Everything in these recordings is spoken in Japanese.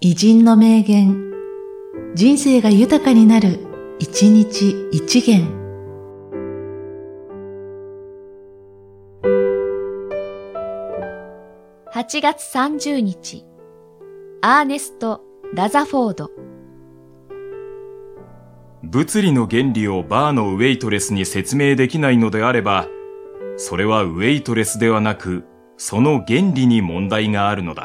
偉人の名言、人生が豊かになる、一日一元。 8月30日、アーネスト・ラザフォード。 物理の原理をバーのウェイトレスに説明できないのであれば、それはウェイトレスではなく、その原理に問題があるのだ。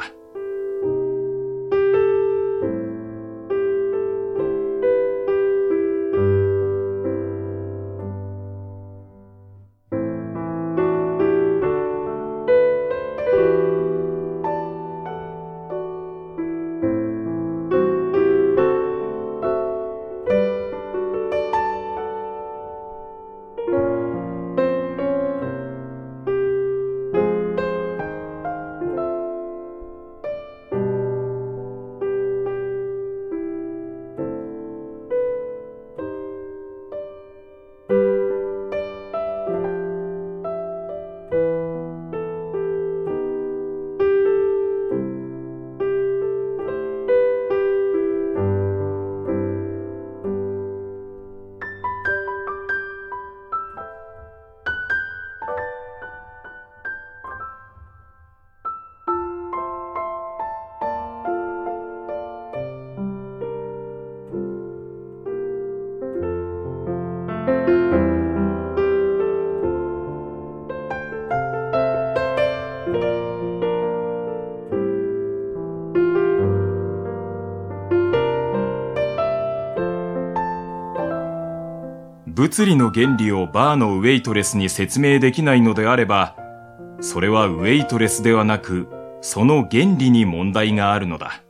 物理の原理をバーのウェイトレスに説明できないのであれば、それはウェイトレスではなく、その原理に問題があるのだ。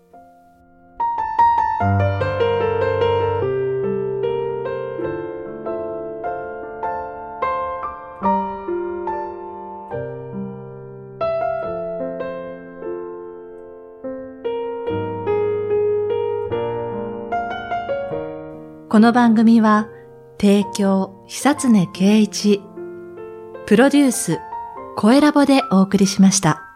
この番組は、提供、久常圭一、プロデュース、声ラボでお送りしました。